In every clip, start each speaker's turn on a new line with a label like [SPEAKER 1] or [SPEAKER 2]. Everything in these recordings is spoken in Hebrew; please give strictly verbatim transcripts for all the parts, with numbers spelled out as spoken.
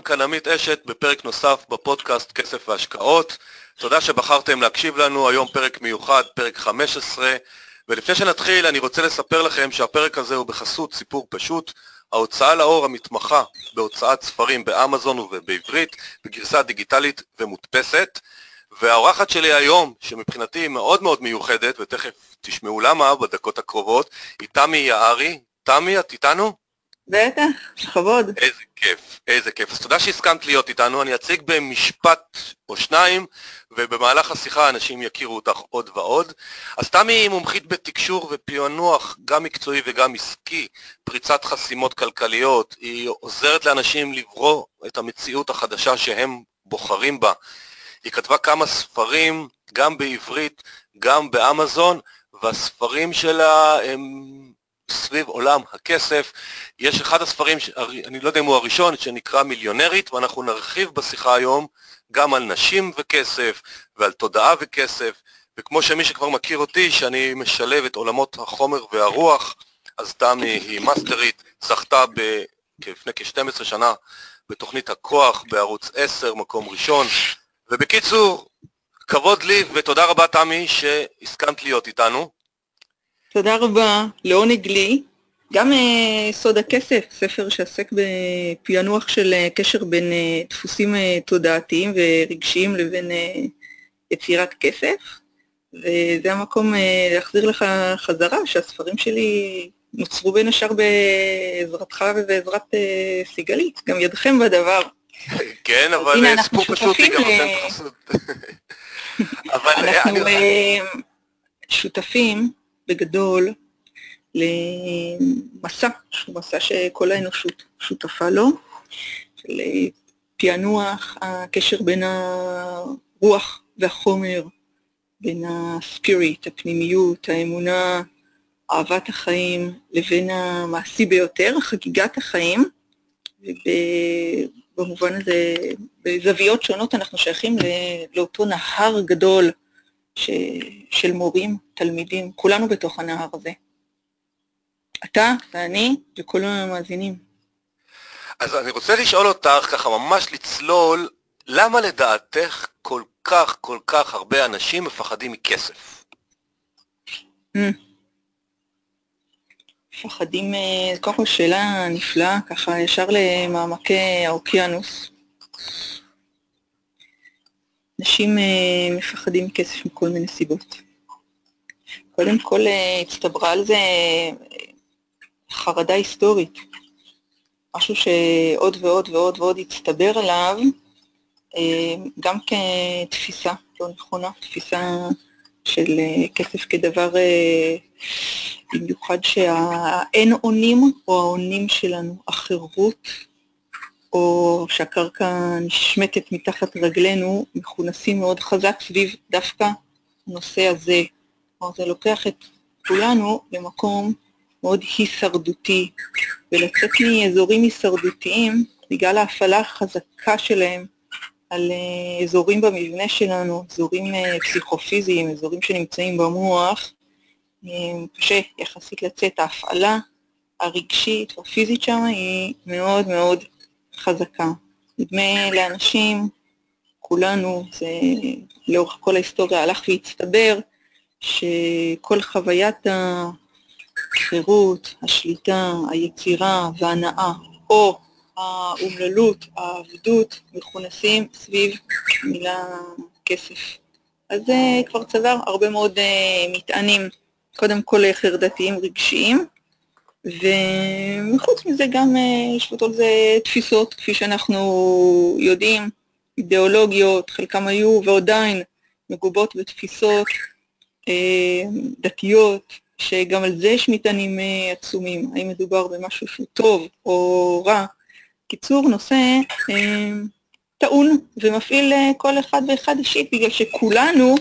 [SPEAKER 1] כאן עמית אשת בפרק נוסף בפודקאסט כסף והשקעות. תודה שבחרתם להקשיב לנו, היום פרק מיוחד, פרק חמש עשרה, ולפני שנתחיל אני רוצה לספר לכם שהפרק הזה הוא בחסות סיפור פשוט, ההוצאה לאור המתמחה בהוצאת ספרים באמזון ובעברית, בגרסה דיגיטלית ומודפסת, והאורחת שלי היום, שמבחינתי היא מאוד מאוד מיוחדת, ותכף תשמעו למה בדקות הקרובות, היא תמי יערי. תמי, את איתנו?
[SPEAKER 2] בטח, כבוד.
[SPEAKER 1] איזה כיף, איזה כיף. אז תודה שהסכמת להיות איתנו, אני אציג במשפט או שניים, ובמהלך השיחה אנשים יכירו אותך עוד ועוד. אז תמי היא מומחית בתקשור ופענוח, גם מקצועי וגם עסקי, פריצת חסימות כלכליות, היא עוזרת לאנשים לברוא את המציאות החדשה שהם בוחרים בה. היא כתבה כמה ספרים, גם בעברית, גם באמזון, והספרים שלה הם סביב עולם הכסף. יש אחד הספרים, אני לא יודע אם הוא הראשון, שנקרא מיליונרית, ואנחנו נרחיב בשיחה היום גם על נשים וכסף, ועל תודעה וכסף, וכמו שמי שכבר מכיר אותי, שאני משלב את עולמות החומר והרוח, אז תמי היא מאסטרית, זכתה ב, לפני כ-שתים עשרה שנה בתוכנית הכוח בערוץ עשר, מקום ראשון, ובקיצור, כבוד לי ותודה רבה תמי שהסכמת להיות איתנו.
[SPEAKER 2] תודה רבה, לעונג לי. גם uh, סוד הכסף, ספר שעסק בפענוח של uh, קשר בין uh, דפוסים uh, תודעתיים ורגשיים לבין uh, יצירת כסף, וזה המקום uh, להחזיר לך חזרה שהספרים שלי נוצרו בין השאר בעזרתך ובעזרת uh, סיגלית, גם ידכם בדבר.
[SPEAKER 1] כן, אבל סיפור פשוט היא גם נותן חסות.
[SPEAKER 2] אנחנו uh, שותפים בגדול למסע, שהוא מסע שכל האנושות שותפה לו, של פענוח הקשר בין הרוח והחומר, בין הספיריט, הפנימיות, האמונה, אהבת החיים, לבין המעשי ביותר, חגיגת החיים, ובמובן הזה, בזוויות שונות אנחנו שייכים לאותו נהר גדול, ש... של מורים, תלמידים, כולנו בתוך הנהר הזה. אתה ואני וכל המאזינים.
[SPEAKER 1] אז אני רוצה לשאול אותך, ככה ממש לצלול, למה לדעתך כל כך כל כך הרבה אנשים מפחדים מכסף?
[SPEAKER 2] מפחדים, קודם כל שאלה נפלאה, ככה ישר למעמקי האוקיינוס. אנשים uh, מפחדים מכסף מכל מיני סיבות. קודם כל uh, הצטברה על זה uh, חרדה היסטורית, משהו שעוד ועוד ועוד ועוד הצטבר עליו, uh, גם כתפיסה לא נכונה, תפיסה של uh, כסף כדבר uh, במיוחד שהאין עונים או העונים שלנו, החירות, או שהקרקע נשמטת מתחת רגלינו, מכונסים מאוד חזק סביב דווקא הנושא הזה. כלומר, זה לוקח את כולנו למקום מאוד הישרדותי, ולצאת מאזורים הישרדותיים, בגלל ההפעלה החזקה שלהם על אזורים במבנה שלנו, אזורים פסיכופיזיים, אזורים שנמצאים במוח, קשה יחסית לצאת. ההפעלה הרגשית והפיזית שם היא מאוד מאוד חזקה. נדמה לאנשים, כולנו, זה לאורך כל ההיסטוריה הלך והצטבר, שכל חוויית החירות, השליטה, היצירה וההנאה, או האומללות, העבדות, מכונסים סביב מילה כסף. אז זה כבר צבר הרבה מאוד מטענים, קודם כל חרדתיים רגשיים, ומחוץ מזה גם ישבות על זה תפיסות, כפי שאנחנו יודעים, אידיאולוגיות, חלקם היו ועדיין מגובות בתפיסות דתיות, שגם על זה יש מטענים עצומים, האם מדובר במשהו שהוא טוב או רע. קיצור, נושא טעון ומפעיל כל אחד ואחד אישית, בגלל שכולנו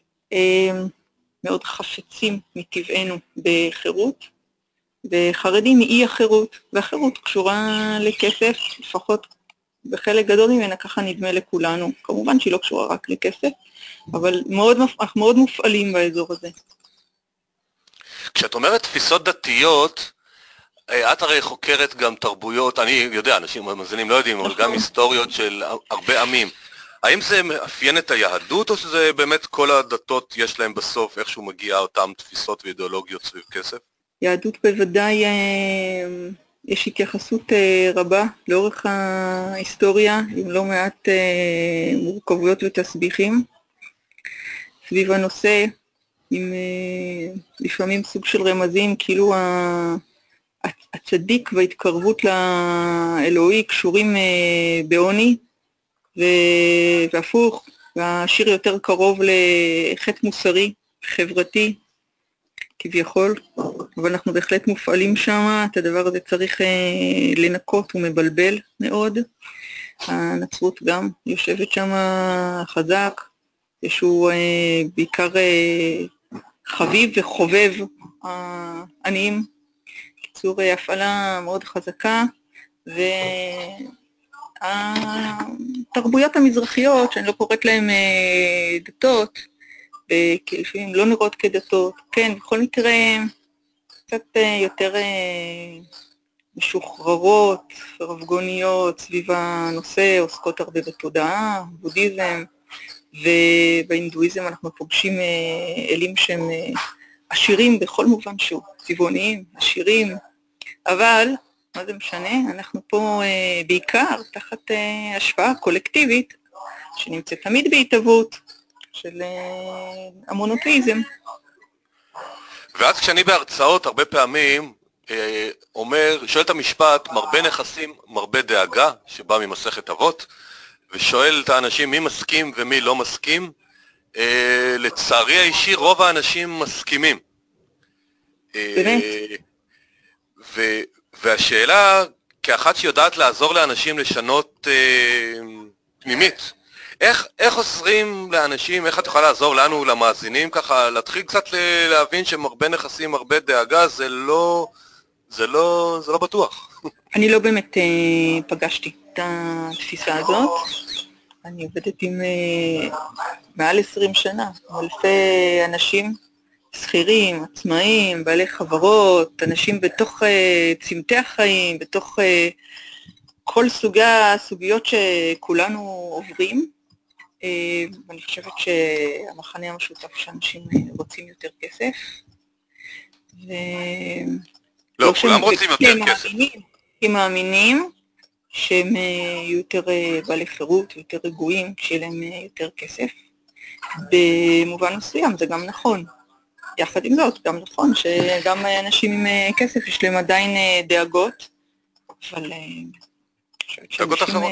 [SPEAKER 2] מאוד חפצים מטבענו בחירות, וחרדים מאי החירות, והחירות קשורה לכסף, לפחות בחלק גדול ממנה, ככה נדמה לכולנו. כמובן שהיא לא קשורה רק לכסף, אבל מאוד, מאוד מופעלים באזור הזה.
[SPEAKER 1] כשאת אומרת תפיסות דתיות, את הרי חוקרת גם תרבויות, אני יודע, אנשים מאזינים לא יודעים, אבל גם היסטוריות של הרבה עמים. האם זה מאפיין את היהדות, או שזה באמת כל הדתות יש להם בסוף איכשהו מגיעה אותם תפיסות ואידיאולוגיות סביב כסף?
[SPEAKER 2] יהדות בוודאי יש התייחסות רבה לאורך ההיסטוריה, עם לא מעט מורכבויות ותסביכים סביב הנושא, עם לפעמים סוג של רמזים, כאילו הצדיק וההתקרבות לאלוהי קשורים בעוני, והפוך, והשיר יותר קרוב לחטא מוסרי, חברתי, כביכול, אבל אנחנו בהחלט מופעלים שם, את הדבר הזה צריך לנקות, הוא מבלבל מאוד, הנצרות גם יושבת שם חזק, שהוא בעיקר חביב וחובב העניים, קיצור הפעלה מאוד חזקה, והתרבויות המזרחיות, שאני לא קוראת להן דתות, כי לפעמים לא נראות כדתות, כן, בכל מקרה קצת יותר משוחררות, רבגוניות, סביב הנושא, עוסקות הרבה בתודעה, בודהיזם, ובהינדואיזם אנחנו פוגשים אלים שהם עשירים בכל מובן שהוא, צבעוניים, עשירים, אבל מה זה משנה? אנחנו פה בעיקר תחת השפעה קולקטיבית, שנמצאת תמיד בהתהוות של המונותאיזם.
[SPEAKER 1] ואז כשאני בהרצאות הרבה פעמים אומר, שואל את המשפט, מרבה נכסים, מרבה דאגה, שבא ממסכת אבות, ושואל את האנשים מי מסכים ומי לא מסכים. לצערי האישי רוב האנשים מסכימים.
[SPEAKER 2] באמת?
[SPEAKER 1] והשאלה, כאחת שיודעת לעזור לאנשים לשנות פנימית, איך, איך עוזרים לאנשים, איך את יכולה לעזור לנו, למאזינים, ככה, להתחיל קצת להבין שמרבה נכסים, מרבה דאגה, זה לא, זה לא, זה לא בטוח.
[SPEAKER 2] אני לא באמת אה, פגשתי את התפיסה הזאת. אני עובדת עם אה, מעל עשרים שנה, אלפי אנשים, שכירים, עצמאים, בעלי חברות, אנשים בתוך אה, צמתי החיים, בתוך אה, כל סוגי הסוגיות שכולנו עוברים. ואני חושבת שהמחנה המשותף שאנשים רוצים יותר כסף.
[SPEAKER 1] לא, כולם רוצים יותר כסף.
[SPEAKER 2] כי מאמינים שהם יהיו יותר בעלי חירות, יותר רגועים, כשיהיה להם יותר כסף. במובן מסוים זה גם נכון. יחד עם זאת, גם נכון שגם אנשים עם כסף יש להם עדיין דאגות, אבל
[SPEAKER 1] דאגות אחרות.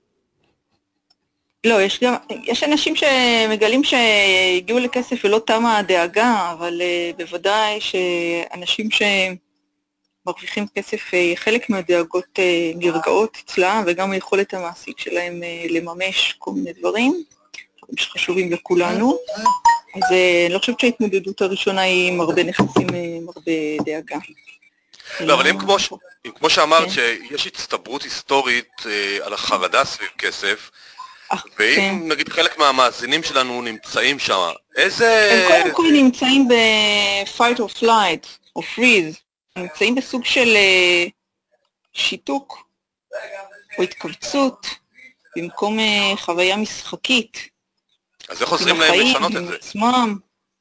[SPEAKER 2] לא, יש גם, יש אנשים שמגלים שהגיעו לכסף ולא תמה הדאגה, אבל uh, בוודאי שאנשים שמרוויחים כסף, uh, חלק מהדאגות uh, נרגעות אצלה, וגם היכולת המעשית שלהם uh, לממש כל מיני דברים, שחשובים לכולנו. אז uh, אני לא חושבת שההתמודדות הראשונה היא עם הרבה נכסים, עם הרבה דאגה.
[SPEAKER 1] לא, אבל אם כמו, אם כמו שאמרת שיש הצטברות היסטורית uh, על החרדה סביב כסף, ואם נגיד חלק מהמאזינים שלנו נמצאים שם, איזה...
[SPEAKER 2] הם קודם כל נמצאים ב-fight or flight, או freeze, נמצאים בסוג של שיתוק, או התכווצות, במקום חוויה משחקית.
[SPEAKER 1] אז איך עוזרים להם לשנות את זה?
[SPEAKER 2] עצמם.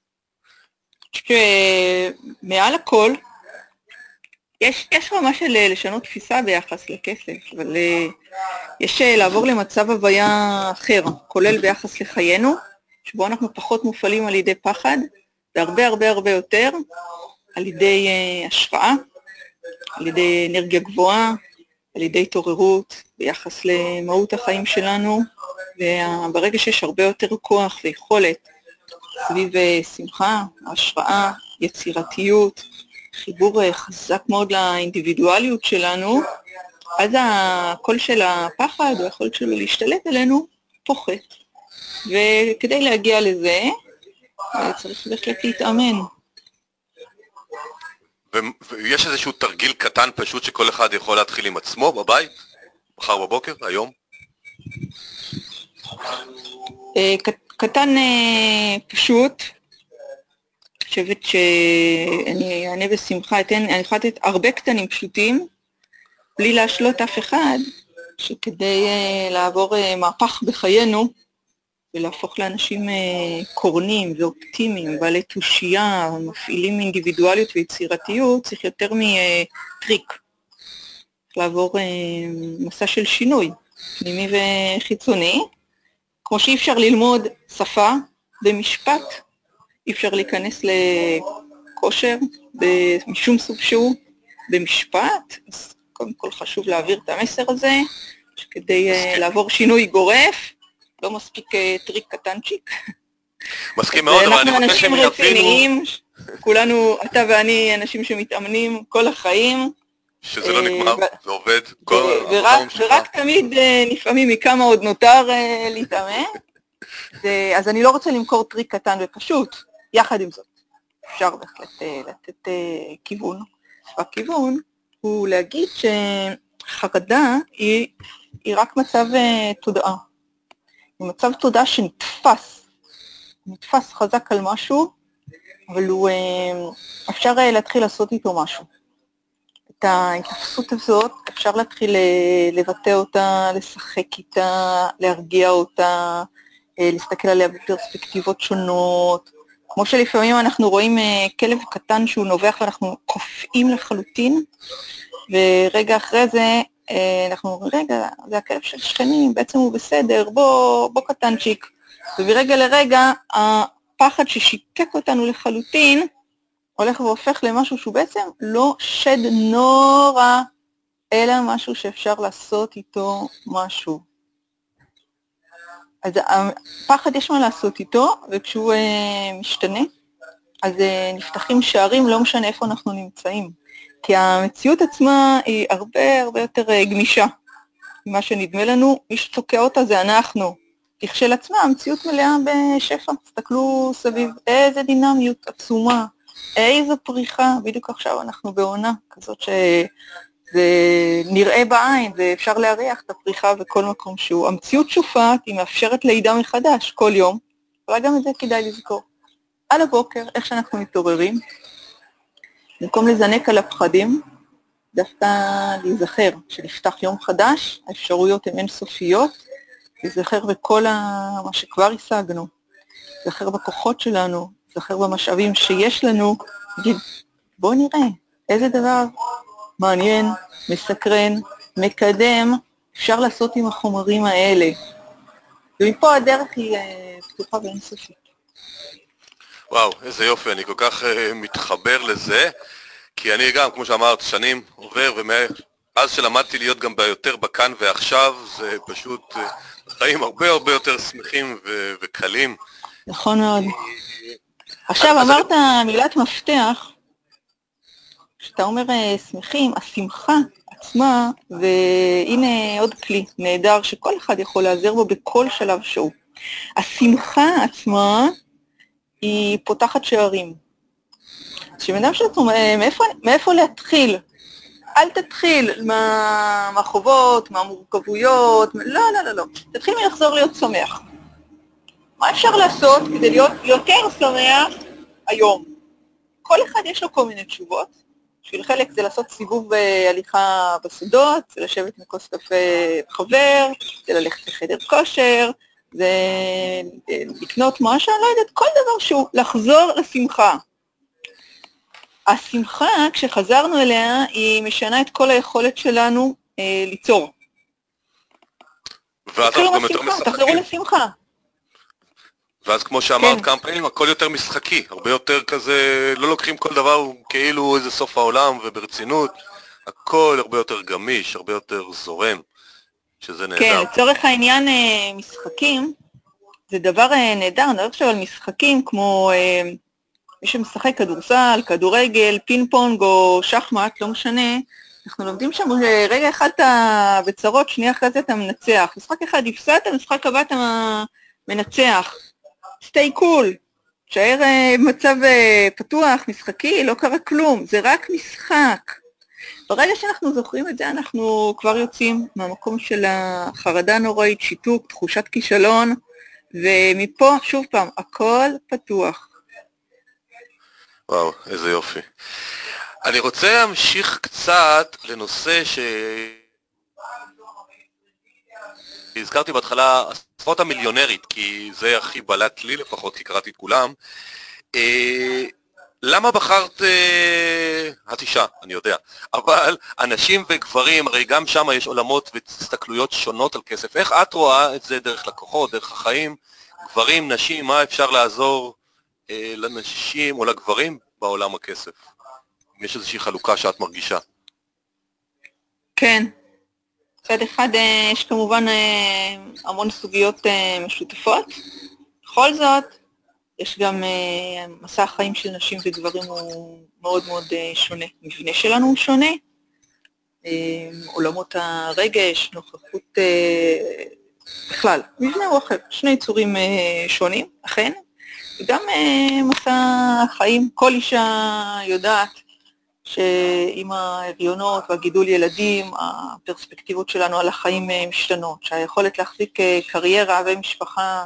[SPEAKER 2] שמעל הכל, יש, יש רמה של לשנות תפיסה ביחס לכסף, אבל יש לעבור למצב הוויה אחר, כולל ביחס לחיינו, שבו אנחנו פחות מופעלים על ידי פחד, והרבה הרבה הרבה יותר על ידי השראה, על ידי אנרגיה גבוהה, על ידי התעוררות ביחס למהות החיים שלנו, וברגע שיש הרבה יותר כוח ויכולת סביב שמחה, השראה, יצירתיות, חיבור חזק מאוד לאינדיבידואליות שלנו, אז הקול של הפחד, או היכולת שלו להשתלט עלינו, פוחת. וכדי להגיע לזה, צריך בהחלט להתאמן.
[SPEAKER 1] ויש איזשהו תרגיל קטן פשוט שכל אחד יכול להתחיל עם עצמו בבית, מחר בבוקר, היום?
[SPEAKER 2] קטן פשוט, חושבת שאני אענה בשמחה, אתן, אני יכולה לתת הרבה קטנים פשוטים, בלי להשלות אף אחד, שכדי uh, לעבור uh, מהפך בחיינו, ולהפוך לאנשים uh, קורנים ואופטימיים, בעלי תושייה, מפעילים אינדיבידואליות ויצירתיות, צריך יותר מטריק. לעבור uh, מסע של שינוי, פנימי וחיצוני, כמו שאי אפשר ללמוד שפה במשפט, אי אפשר להיכנס לכושר משום סוג שהוא במשפט, אז קודם כל חשוב להעביר את המסר הזה, שכדי uh, לעבור שינוי גורף, לא מספיק uh, טריק קטנצ'יק.
[SPEAKER 1] מסכים מאוד, אבל אני רוצה שהם יבינו...
[SPEAKER 2] אנחנו אנשים רציניים, כולנו, אתה ואני, אנשים שמתאמנים כל החיים. שזה
[SPEAKER 1] לא נגמר, זה עובד.
[SPEAKER 2] ורק תמיד לפעמים מכמה עוד נותר להתאמן. אז אני לא רוצה למכור טריק קטן ופשוט, יחד עם זאת. אפשר בהחלט לתת כיוון. הכיוון הוא להגיד שחרדה היא רק מצב תודעה. היא מצב תודעה שנתפס. נתפס חזק על משהו, אבל הוא, אפשר להתחיל לעשות איתו משהו. את ההתפסות הזאת אפשר להתחיל לבטא אותה, לשחק איתה, להרגיע אותה, להסתכל עליה בפרספקטיבות שונות. כמו שלפעמים אנחנו רואים כלב קטן שהוא נובח ואנחנו קופאים לחלוטין, ורגע אחרי זה אנחנו אומרים, רגע, זה הכלב של שכנים, בעצם הוא בסדר, בוא, בוא קטנצ'יק. וברגע לרגע, הפחד ששיקק אותנו לחלוטין, הולך והופך למשהו שהוא בעצם לא שד נורא, אלא משהו שאפשר לעשות איתו משהו. אז הפחד יש מה לעשות איתו, וכשהוא אה, משתנה, אז אה, נפתחים שערים, לא משנה איפה אנחנו נמצאים. כי המציאות עצמה היא הרבה הרבה יותר אה, גמישה. מה שנדמה לנו, מי שתוקע אותה זה אנחנו. תכשל עצמה, המציאות מלאה בשפע. תסתכלו סביב, איזה דינמיות עצומה, איזו פריחה, בדיוק עכשיו אנחנו בעונה כזאת שזה נראה בעין, ואפשר להריח את הפריחה בכל מקום שהוא. המציאות שופעת, היא מאפשרת לידה מחדש כל יום, אבל גם את זה כדאי לזכור. על הבוקר, איך שאנחנו מתעוררים, במקום לזנק על הפחדים, דווקא להיזכר שנפתח יום חדש, האפשרויות הן אינסופיות, להיזכר בכל מה שכבר השגנו, להיזכר בכוחות שלנו, להיזכר במשאבים שיש לנו, להגיד, בואו נראה איזה דבר מעניין, מסקרן, מקדם, אפשר לעשות עם החומרים האלה. ומפה הדרך היא פתוחה ואינסופית.
[SPEAKER 1] וואו, איזה יופי, אני כל כך uh, מתחבר לזה, כי אני גם, כמו שאמרת, שנים עובר, ומאז שלמדתי להיות גם ביותר בכאן ועכשיו, זה פשוט uh, חיים הרבה הרבה יותר שמחים ו- וקלים.
[SPEAKER 2] נכון מאוד. עכשיו אמרת מילת מפתח, כשאתה אומר שמחים, השמחה עצמה, והנה עוד כלי נהדר שכל אחד יכול לעזר בו בכל שלב שהוא. השמחה עצמה היא פותחת שערים. כשבן שאתה מאיפה, מאיפה להתחיל? אל תתחיל מה, מהחובות, מהמורכבויות, לא, לא, לא, לא. תתחיל מלחזור להיות שמח. מה אפשר לעשות כדי להיות יותר שמח היום? כל אחד יש לו כל מיני תשובות. בשביל חלק זה לעשות סיבוב הליכה בשדות, זה לשבת מכוס קפה חבר, זה ללכת לחדר כושר, זה לקנות משהו, אני לא יודעת, כל דבר שהוא לחזור לשמחה. השמחה, כשחזרנו אליה, היא משנה את כל היכולת שלנו אה, ליצור.
[SPEAKER 1] ואז אנחנו גם יותר משחקים.
[SPEAKER 2] תחזרו לשמחה.
[SPEAKER 1] ואז כמו שאמרת כמה פעמים, הכל יותר משחקי, הרבה יותר כזה, לא לוקחים כל דבר כאילו איזה סוף העולם וברצינות, הכל הרבה יותר גמיש, הרבה יותר זורם, שזה נהדר.
[SPEAKER 2] כן, לצורך העניין משחקים, זה דבר נהדר, אני חושב על משחקים כמו מי שמשחק כדורסל, כדורגל, פינג פונג או שחמט, לא משנה, אנחנו לומדים שם רגע אחד אתה בצרות, שנייה אחרי זה אתה מנצח, משחק אחד הפסדת, משחק הבא אתה מנצח. סטי קול, שער מצב פתוח, משחקי, לא קרה כלום, זה רק משחק. ברגע שאנחנו זוכרים את זה, אנחנו כבר יוצאים מהמקום של החרדה נוראית, שיתוק, תחושת כישלון, ומפה, שוב פעם, הכל פתוח.
[SPEAKER 1] וואו, איזה יופי. אני רוצה להמשיך קצת לנושא ש... הזכרתי בהתחלה, הספרות המיליונרית, כי זה הכי בלט לי לפחות, כי קראתי את כולם. אה, למה בחרת, אה, את אישה, אני יודע, אבל אנשים וגברים, הרי גם שם יש עולמות והסתכלויות שונות על כסף. איך את רואה את זה דרך לקוחות, דרך החיים, גברים, נשים, מה אפשר לעזור אה, לנשים או לגברים בעולם הכסף? אם יש איזושהי חלוקה שאת מרגישה.
[SPEAKER 2] כן. מצד אחד יש כמובן המון סוגיות משותפות. בכל זאת, יש גם מסע החיים של נשים וגברים הוא מאוד מאוד שונה. המבנה שלנו הוא שונה. עולמות הרגש, נוכחות, בכלל, מבנה הוא אחר. שני יצורים שונים, אכן. וגם מסע החיים, כל אישה יודעת שעם ההריונות והגידול ילדים, הפרספקטיבות שלנו על החיים משתנות, שהיכולת להחזיק קריירה ומשפחה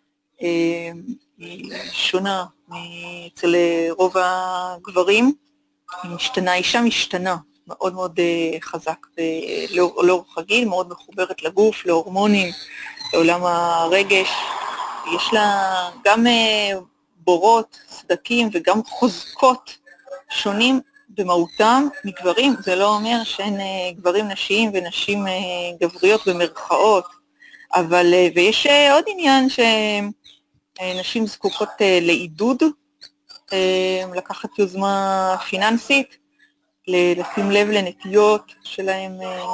[SPEAKER 2] היא שונה אצל רוב הגברים, היא משתנה, אישה משתנה מאוד מאוד חזק, לאורך הגיל, מאוד מחוברת לגוף, להורמונים, לעולם הרגש, יש לה גם בורות, סדקים וגם חוזקות שונים במהותם מגברים. זה לא אומר שאין גברים נשיים ונשים גבריות במרכאות, אבל, ויש עוד עניין שנשים זקוקות לעידוד, לקחת יוזמה פיננסית, לשים לב לנטיות שלהם,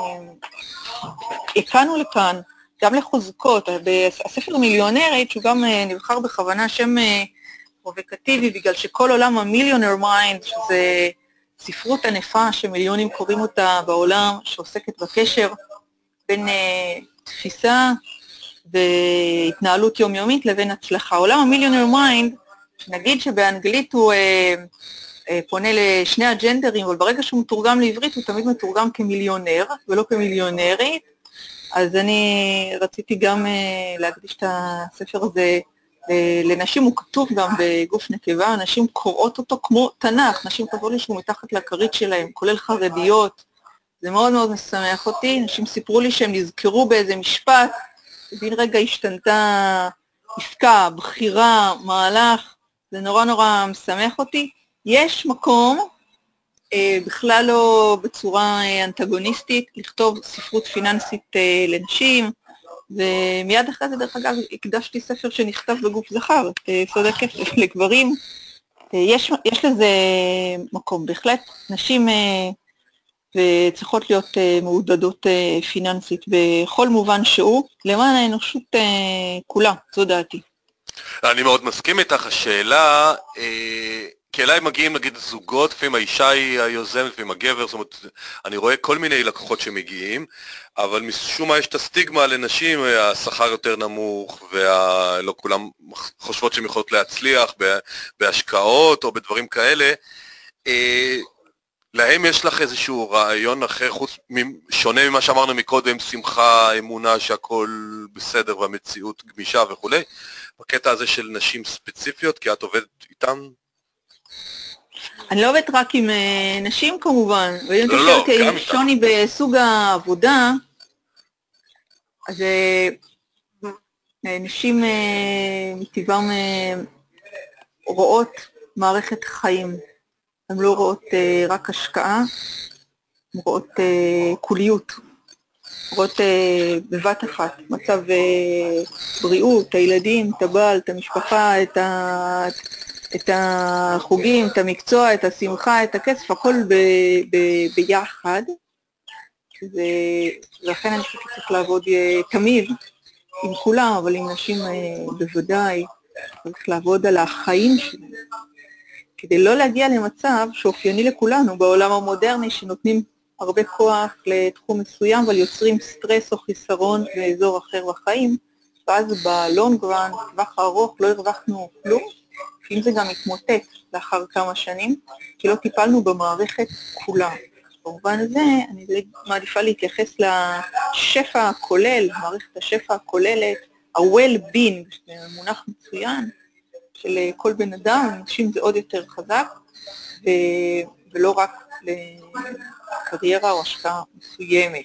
[SPEAKER 2] הכאנו לכאן, גם לחוזקות. הספר מיליונרית, שהוא גם נבחר בכוונה שם פרובוקטיבי, בגלל שכל עולם המיליונר מיינד, שזה ספרות ענפה שמיליונים קוראים אותה בעולם, שעוסקת בקשר בין uh, תפיסה והתנהלות יומיומית לבין הצלחה. עולם המיליונר מיינד, נגיד שבאנגלית הוא uh, uh, פונה לשני הג'נדרים, אבל ברגע שהוא מתורגם לעברית הוא תמיד מתורגם כמיליונר ולא כמיליונרית, אז אני רציתי גם uh, להקדיש את הספר הזה לנשים. הוא כתוב גם בגוף נקבה, נשים קוראות אותו כמו תנ"ך, נשים כתבו לי שהוא מתחת לכרית שלהם, כולל חרדיות, זה מאוד מאוד משמח אותי. נשים סיפרו לי שהם נזכרו באיזה משפט, בן רגע השתנתה עסקה, בחירה, מהלך, זה נורא נורא משמח אותי. יש מקום, אה, בכלל לא בצורה אנטגוניסטית, לכתוב ספרות פיננסית אה, לנשים, ומיד אחרי זה, דרך אגב, הקדשתי ספר שנכתב בגוף זכר, סוד הכסף לגברים. יש, יש לזה מקום, בהחלט נשים צריכות להיות מעודדות פיננסית בכל מובן שהוא, למען האנושות כולה, זו דעתי.
[SPEAKER 1] אני מאוד מסכים איתך. השאלה, כי אליי מגיעים נגיד זוגות, לפעמים האישה היא היוזמת לפעמים הגבר, זאת אומרת, אני רואה כל מיני לקוחות שמגיעים, אבל משום מה יש את הסטיגמה לנשים, השכר יותר נמוך, ולא כולם חושבות שהן יכולות להצליח בהשקעות או בדברים כאלה. להם יש לך איזשהו רעיון אחר, חוץ שונה ממה שאמרנו מקודם, שמחה, אמונה שהכל בסדר והמציאות גמישה וכו', בקטע הזה של נשים ספציפיות, כי את עובדת איתן?
[SPEAKER 2] אני לא עובדת רק עם נשים כמובן, ואם
[SPEAKER 1] לא, לא,
[SPEAKER 2] תשאלתי
[SPEAKER 1] גם
[SPEAKER 2] שוני בסוג העבודה, אז נשים מטבעם רואות מערכת חיים, הן לא רואות רק השקעה, הן רואות קוליות, רואות בבת אחת, מצב בריאות, את הילדים, את הבעל, את המשפחה, את ה... את החוגים, את המקצוע, את השמחה, את הכסף, הכל ב, ב, ביחד. ולכן אני חושבת שצריך לעבוד תמיד עם כולם, אבל עם נשים בוודאי, צריך לעבוד על החיים שלהם, כדי לא להגיע למצב שאופייני לכולנו בעולם המודרני, שנותנים הרבה כוח לתחום מסוים, אבל יוצרים סטרס או חיסרון באזור אחר בחיים, ואז בלונג רן, טווח הארוך, לא הרווחנו כלום, אם זה גם מתמוטט לאחר כמה שנים, כי לא טיפלנו במערכת כולה. במובן הזה, אני מעדיפה להתייחס לשפע הכולל, מערכת השפע הכוללת, ה-well-being, מונח מצוין, של כל בן אדם, אנשים זה עוד יותר חזק, ולא רק לקריירה או השקעה מסוימת.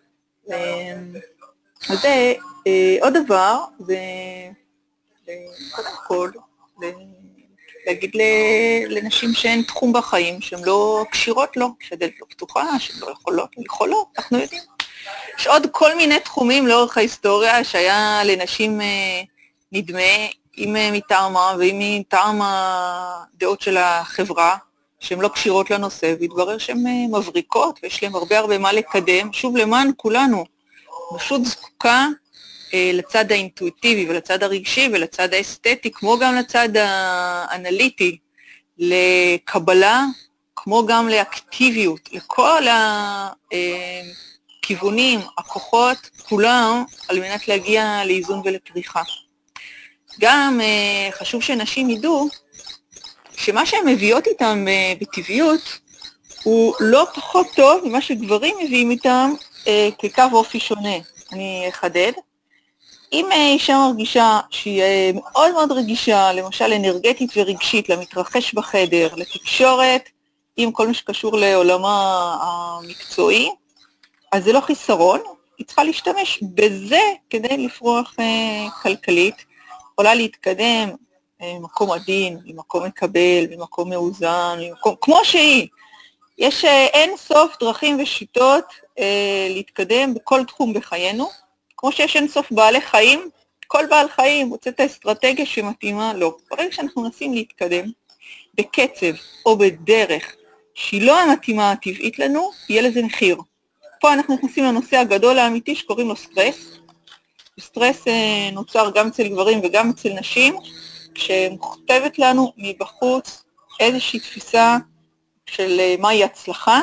[SPEAKER 2] אז זה עוד דבר, זה קודם כל, להגיד לנשים שהן תחום בחיים, שהן לא קשירות לו, שהדלת לא פתוחה, שהן לא יכולות, יכולות, אנחנו יודעים. יש עוד כל מיני תחומים לאורך ההיסטוריה שהיה לנשים נדמה, אם מטעמה ואם מטעם הדעות של החברה, שהן לא קשירות לנושא, והתברר שהן מבריקות ויש להן הרבה הרבה מה לקדם. שוב, למען כולנו, פשוט זקוקה לצד האינטואיטיבי ולצד הרגשי ולצד האסתטי, כמו גם לצד האנליטי, לקבלה, כמו גם לאקטיביות, לכל הכיוונים, הכוחות, כולם, על מנת להגיע לאיזון ולפריחה. גם חשוב שנשים ידעו שמה שהן מביאות איתם בטבעיות, הוא לא פחות טוב ממה שגברים מביאים איתם כקו אופי שונה. אני אחדד. אם אישה מרגישה שהיא מאוד מאוד רגישה, למשל אנרגטית ורגשית, למתרחש בחדר, לתקשורת, עם כל מה שקשור לעולמה המקצועי, אז זה לא חיסרון, היא צריכה להשתמש בזה כדי לפרוח כלכלית, יכולה להתקדם ממקום עדין, ממקום מקבל, ממקום מאוזן, ממקום, כמו שהיא. יש אין סוף דרכים ושיטות להתקדם בכל תחום בחיינו, כמו שיש אין סוף בעלי חיים, כל בעל חיים מוצא את האסטרטגיה שמתאימה לו. ברגע שאנחנו מנסים להתקדם בקצב או בדרך שהיא לא המתאימה הטבעית לנו, יהיה לזה מחיר. פה אנחנו נכנסים לנושא הגדול האמיתי שקוראים לו סטרס. סטרס נוצר גם אצל גברים וגם אצל נשים, כשמוכתבת לנו מבחוץ איזושהי תפיסה של מהי הצלחה,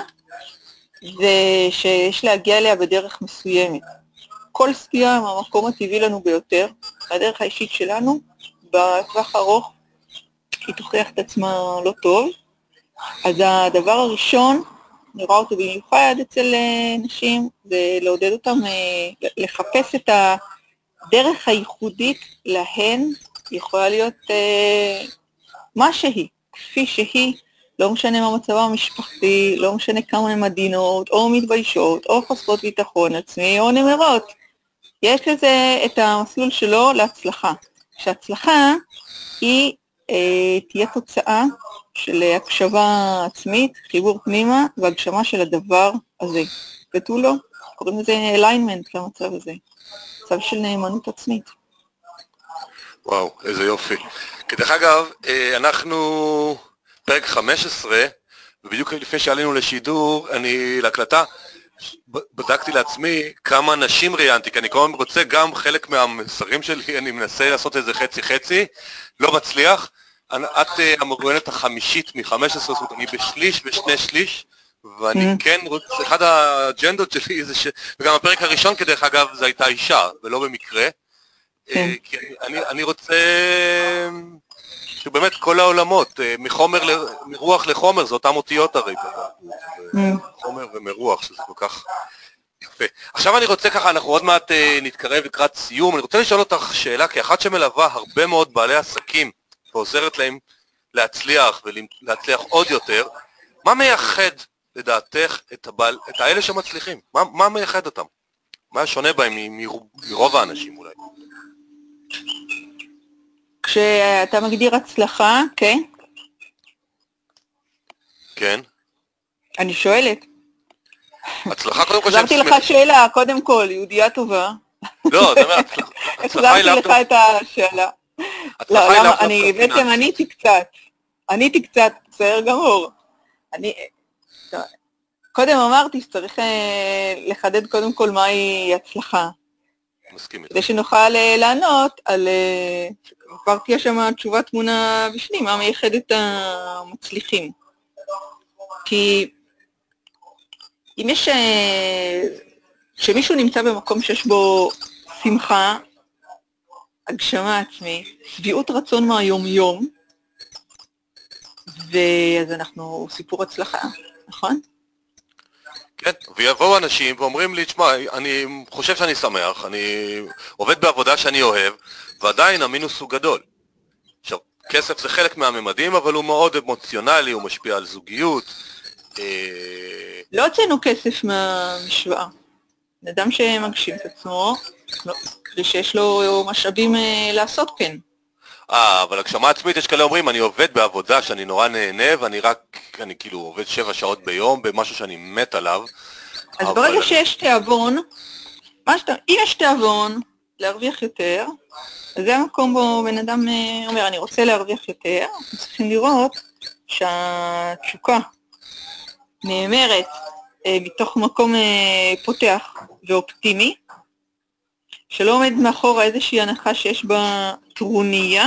[SPEAKER 2] ושיש להגיע אליה בדרך מסוימת. כל סטייה מהמקום הטבעי לנו ביותר, הדרך האישית שלנו, בטווח ארוך, היא תוכיח את עצמה לא טוב. אז הדבר הראשון, נראה אותו במיוחד אצל נשים, זה לעודד אותם לחפש את הדרך הייחודית להן, יכולה להיות מה שהיא, כפי שהיא, לא משנה מה מצבה המשפחתי, לא משנה כמה הן עדינות, או מתביישות, או חסרות ביטחון עצמי, או נמרות. יש לזה את המסלול שלו להצלחה. שההצלחה היא אה, תהיה תוצאה של הקשבה עצמית, חיבור פנימה, והגשמה של הדבר הזה. ותו לא, קוראים לזה alignment למצב הזה. מצב של נאמנות עצמית.
[SPEAKER 1] וואו, איזה יופי. כדרך אגב, אנחנו פרק חמש עשרה, ובדיוק לפני שעלינו לשידור, אני להקלטה, בדקתי לעצמי כמה נשים ראיינתי, כי אני כל הזמן רוצה גם חלק מהמסרים שלי, אני מנסה לעשות איזה חצי חצי, לא מצליח. את המרואיינת החמישית מ-חמש עשרה, זאת אומרת, אני בשליש ושני שליש, ואני כן רוצה, אחד האג'נדות שלי זה ש... וגם הפרק הראשון כדרך אגב זה הייתה אישה, ולא במקרה. כי אני, אני רוצה שבאמת כל העולמות, מחומר, ל... מרוח לחומר, זה אותם אותיות הרי, חומר ומרוח, שזה כל כך יפה. עכשיו אני רוצה ככה, אנחנו עוד מעט נתקרב לקראת סיום, אני רוצה לשאול אותך שאלה, כאחת שמלווה הרבה מאוד בעלי עסקים, ועוזרת להם להצליח ולהצליח עוד יותר, מה מייחד לדעתך את, הבעל, את האלה שמצליחים? מה, מה מייחד אותם? מה שונה בהם מרוב האנשים אולי?
[SPEAKER 2] כשאתה מגדיר הצלחה, כן?
[SPEAKER 1] כן.
[SPEAKER 2] אני שואלת.
[SPEAKER 1] הצלחה קודם כל...
[SPEAKER 2] חזרתי לך שאלה, קודם כל, יהודייה טובה.
[SPEAKER 1] לא, זה אומר, הצלחה היא
[SPEAKER 2] החזרתי לך את השאלה. לא, למה, אני בעצם עניתי קצת. עניתי קצת, בסדר גמור. אני... קודם אמרתי שצריך לחדד קודם כל מהי הצלחה.
[SPEAKER 1] מסכים איתך.
[SPEAKER 2] כדי שנוכל לענות על... כבר תהיה שם תשובה תמונה בשני, מה מייחד את המצליחים. כי אם יש... כשמישהו נמצא במקום שיש בו שמחה, הגשמה עצמית, שביעות רצון מהיום-יום, ואז אנחנו סיפור הצלחה, נכון?
[SPEAKER 1] כן, ויבואו אנשים ואומרים לי, תשמע, אני חושב שאני שמח, אני עובד בעבודה שאני אוהב, ועדיין המינוס הוא גדול. עכשיו, כסף זה חלק מהממדים, אבל הוא מאוד אמוציונלי, הוא משפיע על זוגיות.
[SPEAKER 2] לא הוצאנו כסף מהמשוואה. אדם שמגשים את עצמו, כדי שיש לו משאבים לעשות כן.
[SPEAKER 1] אה, אבל הגשמה עצמית, יש כאלה אומרים, אני עובד בעבודה שאני נורא נהנה, ואני רק, אני כאילו עובד שבע שעות ביום, במשהו שאני מת עליו.
[SPEAKER 2] אז ברגע שיש תיאבון, אם יש תיאבון להרוויח יותר, אז זה המקום בו בן אדם אומר, אני רוצה להרוויח יותר, אנחנו צריכים לראות שהתשוקה נאמרת מתוך מקום פותח ואופטימי, שלא עומד מאחורה איזושהי הנחה שיש בה טרוניה,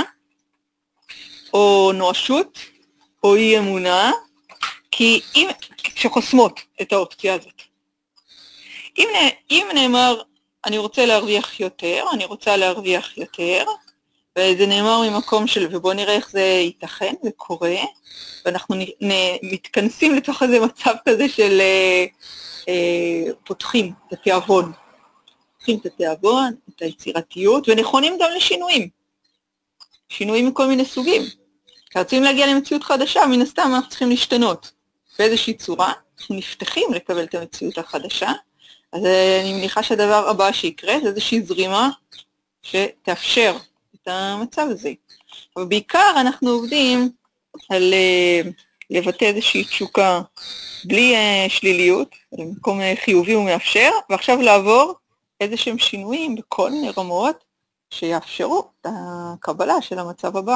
[SPEAKER 2] או נואשות, או אי אמונה, כי אם, שחוסמות את האופציה הזאת. אם, אם נאמר, אני רוצה להרוויח יותר, אני רוצה להרוויח יותר, וזה נאמר ממקום של, ובוא נראה איך זה ייתכן, זה קורה, ואנחנו נ, נ, מתכנסים לתוך איזה מצב כזה של אה, אה, פותחים את התיאבון, פותחים את התיאבון, את היצירתיות, ונכונים גם לשינויים, שינויים מכל מיני סוגים. כשרוצים להגיע למציאות חדשה, מן הסתם אנחנו צריכים להשתנות באיזושהי צורה, אנחנו נפתחים לקבל את המציאות החדשה, אז אני מניחה שהדבר הבא שיקרה זה איזושהי זרימה שתאפשר את המצב הזה. אבל בעיקר אנחנו עובדים על לבטא איזושהי תשוקה בלי שליליות, למקום חיובי ומאפשר, ועכשיו לעבור איזשהם שינויים בכל מיני רמות שיאפשרו את הקבלה של המצב הבא.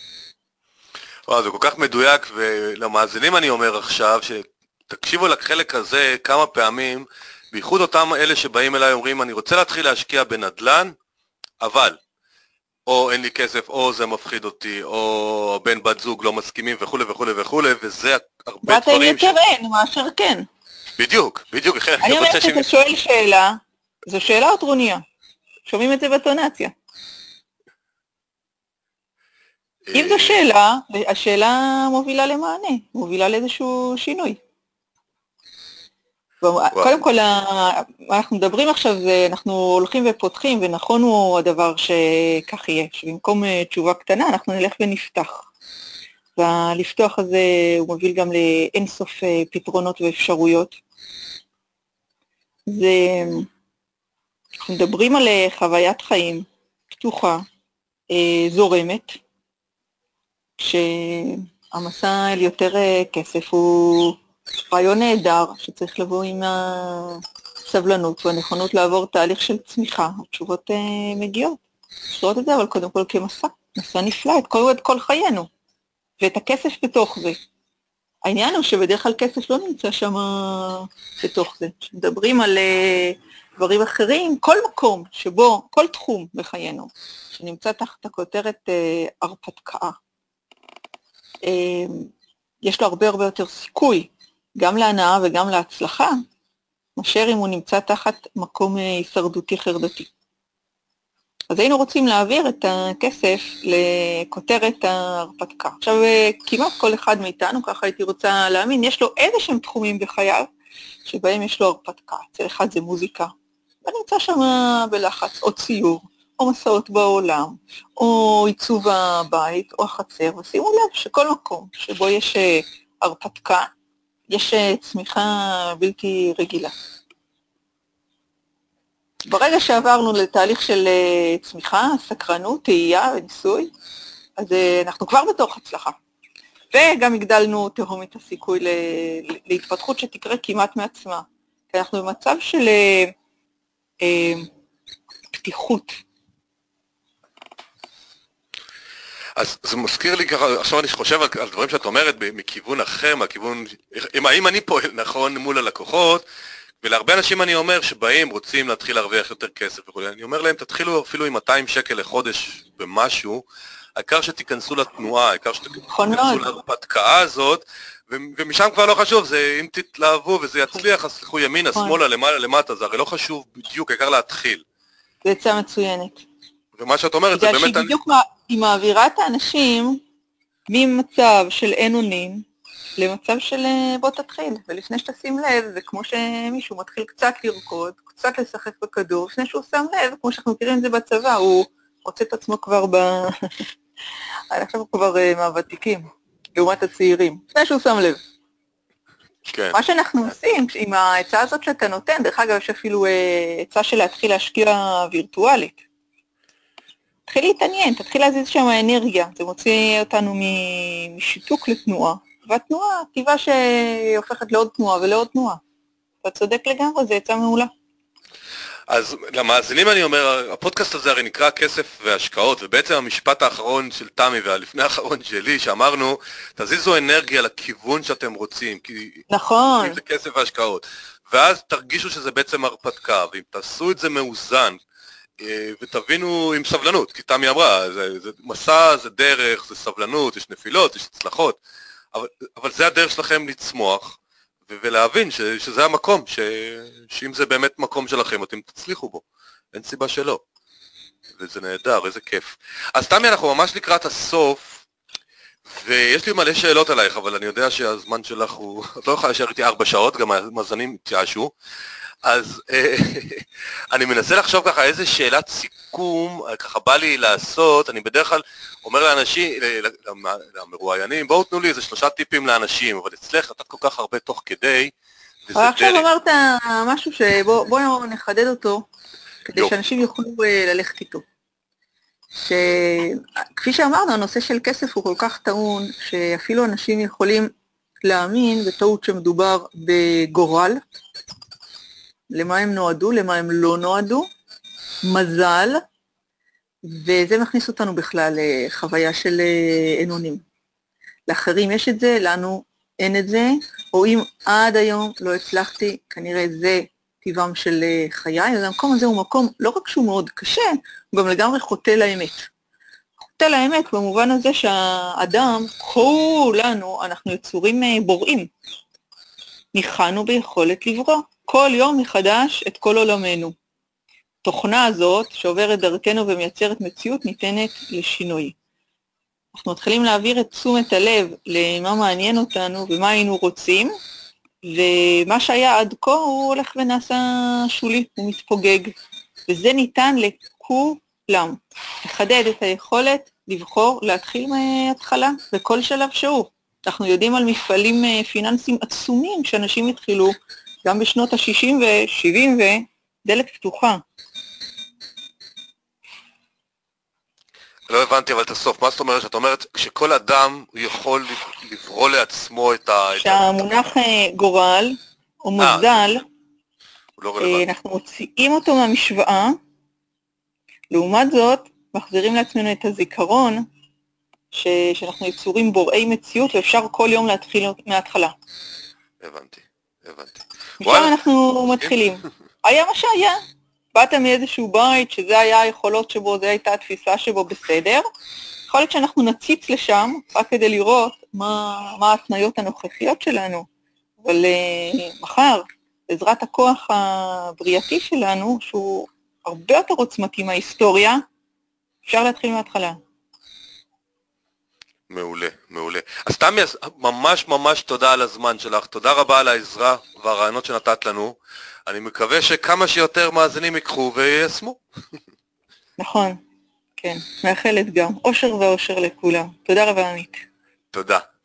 [SPEAKER 1] וואו, זה כל כך מדויק, ולמאזינים אני אומר עכשיו, שתקשיבו לחלק הזה כמה פעמים, בייחוד אותם אלה שבאים אליי אומרים, אני רוצה להתחיל להשקיע בנדל"ן, אבל, או אין לי כסף, או זה מפחיד אותי, או בן בת זוג לא מסכימים וכו' וכו' וכו', וזה הרבה דברים
[SPEAKER 2] ש... ואתה יותר אין, מאשר כן.
[SPEAKER 1] בדיוק, בדיוק.
[SPEAKER 2] אני אומרת שאתה שואל שאלה, זו שאלה או טרוניה? שומעים את זה בטונציה. אם זו שאלה, השאלה מובילה למענה, מובילה לאיזשהו שינוי. קודם כל, אנחנו מדברים עכשיו, אנחנו הולכים ופותחים, ונכון הוא הדבר שכך יהיה, שבמקום תשובה קטנה, אנחנו נלך ונפתח. והלפתוח הזה הוא מוביל גם לאינסוף פתרונות ואפשרויות. זה, אנחנו מדברים על חוויית חיים פתוחה, זורמת, שהמסע אל יותר כסף הוא רעיון נהדר שצריך לבוא עם הסבלנות והנכונות לעבור תהליך של צמיחה. התשובות מגיעות, שרואות את זה, אבל קודם כל כמסע, מסע נפלא, את כל, את כל חיינו, ואת הכסף בתוך זה. העניין הוא שבדרך כלל כסף לא נמצא שם בתוך זה. כשמדברים על דברים אחרים, כל מקום שבו, כל תחום בחיינו, שנמצא תחת הכותרת הרפתקה, יש לו הרבה הרבה יותר סיכוי, גם להנאה וגם להצלחה, מאשר אם הוא נמצא תחת מקום הישרדותי חרדתי. אז היינו רוצים להעביר את הכסף לכותרת ההרפתקה. עכשיו, כמעט כל אחד מאיתנו, ככה הייתי רוצה להאמין, יש לו איזה שהם תחומים בחייו, שבהם יש לו הרפתקה. אצל אחד זה מוזיקה, ונמצא שם בלחץ, או ציור, או מסעות בעולם, או עיצוב הבית, או החצר, ושימו לב שכל מקום שבו יש הרפתקה, יש צמיחה בלתי רגילה. ברגע שעברנו לתהליך של צמיחה, סקרנות, תהייה וניסוי, אז אנחנו כבר בתוך הצלחה. וגם הגדלנו תהום את הסיכוי להתפתחות שתקרה כמעט מעצמה. כי אנחנו במצב של אה, פתיחות.
[SPEAKER 1] אז זה מזכיר לי ככה, עכשיו אני חושב על, על דברים שאת אומרת מכיוון אחר, מהכיוון, האם אני פועל נכון מול הלקוחות, ולהרבה אנשים אני אומר שבאים, רוצים להתחיל להרוויח יותר כסף וכו', אני אומר להם, תתחילו אפילו עם מאתיים שקל לחודש במשהו, העיקר שתיכנסו לתנועה, העיקר שתיכנסו להרפתקה הזאת, ומשם כבר לא חשוב, זה אם תתלהבו וזה יצליח, אז תלכו ימינה, שמאלה, למעלה, למטה, זה הרי לא חשוב בדיוק, העיקר להתחיל.
[SPEAKER 2] זה יצא מצוינת.
[SPEAKER 1] ומה שאת אומרת, זה באמת...
[SPEAKER 2] בגלל שהיא בדיוק היא מעבירה את האנשים ממצב של אין אונים, למצב של בוא תתחיל, ולפני שתשים לב, זה כמו שמישהו מתחיל קצת לרקוד, קצת לשחק בכדור, לפני שהוא שם לב, כמו שאנחנו מכירים את זה בצבא, הוא רוצה את עצמו כבר ב... אני עכשיו כבר uh, מהוותיקים, לעומת הצעירים, לפני שהוא שם לב.
[SPEAKER 1] כן.
[SPEAKER 2] מה שאנחנו עושים, עם ההצעה הזאת שאתה נותן, דרך אגב, יש אפילו uh, הצעה של להתחיל להשקיע וירטואלית. תתחיל להתעניין, תתחיל להזיז שם האנרגיה, זה מוציא אותנו משיתוק לתנועה, והתנועה טבעה שהופכת לעוד תנועה ולעוד תנועה. אתה צודק לגמרי, זה יצא מעולה.
[SPEAKER 1] אז למאזינים אני אומר, הפודקאסט הזה הרי נקרא כסף והשקעות, ובעצם המשפט האחרון של תמי והלפני האחרון שלי, שאמרנו, תזיזו אנרגיה לכיוון שאתם רוצים, כי
[SPEAKER 2] נכון.
[SPEAKER 1] זה כסף והשקעות, ואז תרגישו שזה בעצם הרפתקה, ואם תעשו את זה מאוזן, ותבינו עם סבלנות, כי תמי אמרה, זה, זה מסע, זה דרך, זה סבלנות, יש נפילות, יש הצלחות, אבל, אבל זה הדרך שלכם לצמוח, ולהבין ש, שזה המקום, ש, שאם זה באמת מקום שלכם, אתם תצליחו בו. אין סיבה שלא. וזה נהדר, איזה כיף. אז תמי, אנחנו ממש לקראת הסוף, ויש לי מלא שאלות עלייך, אבל אני יודע שהזמן שלך הוא... את לא יכולה להישאר איתי ארבע שעות, גם המאזינים התייאשו. אז אני מנסה לחשוב ככה איזה שאלת סיכום, ככה בא לי לעשות, אני בדרך כלל אומר לאנשים, למרואיינים, בואו תנו לי איזה שלושה טיפים לאנשים, אבל אצלך נתת כל כך הרבה תוך כדי,
[SPEAKER 2] וזה דרך. עכשיו אמרת משהו שבואו נחדד אותו, כדי שאנשים יוכלו ללכת איתו. שכפי שאמרנו, הנושא של כסף הוא כל כך טעון, שאפילו אנשים יכולים להאמין בטעות שמדובר בגורל, למה הם נועדו, למה הם לא נועדו, מזל, וזה מכניס אותנו בכלל לחוויה של אנונים. לאחרים יש את זה, לנו אין את זה, או אם עד היום לא הצלחתי, כנראה זה טבעם של חיי, אז המקום הזה הוא מקום לא רק שהוא מאוד קשה, הוא גם לגמרי חוטא לאמת. חוטא לאמת במובן הזה שהאדם, כולנו, אנחנו יצורים בוראים, ניחנו ביכולת לברוא. כל יום מחדש את כל עולמנו. תוכנה הזאת שעוברת דרכנו ומייצרת מציאות ניתנת לשינוי. אנחנו מתחילים להעביר את תשומת הלב למה מעניין אותנו ומה היינו רוצים, ומה שהיה עד כה הוא הולך ונעשה שולי, הוא מתפוגג, וזה ניתן לכולם. לחדד את היכולת לבחור להתחיל מההתחלה בכל שלב שהוא. אנחנו יודעים על מפעלים פיננסיים עצומים שאנשים התחילו גם בשנות ה-שישים ו-שבעים ודלת פתוחה.
[SPEAKER 1] לא הבנתי אבל את הסוף, מה זאת אומרת? שאת אומרת שכל אדם יכול לברוא לעצמו את ה...
[SPEAKER 2] שהמונח גורל או מזל, אנחנו מוציאים אותו מהמשוואה, לעומת זאת מחזירים לעצמנו את הזיכרון ש... שאנחנו יצורים בוראי מציאות ואפשר כל יום להתחיל מההתחלה.
[SPEAKER 1] הבנתי, הבנתי.
[SPEAKER 2] משם אנחנו מתחילים. היה מה שהיה. באת מאיזשהו בית שזה היה היכולות שבו, זו הייתה התפיסה שבו בסדר. יכול להיות שאנחנו נציץ לשם רק כדי לראות מה, מה ההתניות הנוכחיות שלנו. אבל uh, מחר, בעזרת הכוח הבריאתי שלנו, שהוא הרבה יותר עוצמתי מההיסטוריה, אפשר להתחיל מההתחלה.
[SPEAKER 1] מעולה, מעולה. אז תמי, ממש ממש תודה על הזמן שלך, תודה רבה על העזרה והרעיונות שנתת לנו. אני מקווה שכמה שיותר מאזינים יקחו ויישמו.
[SPEAKER 2] נכון, כן, מאחלת גם. אושר ואושר לכולם. תודה רבה עמית.
[SPEAKER 1] תודה.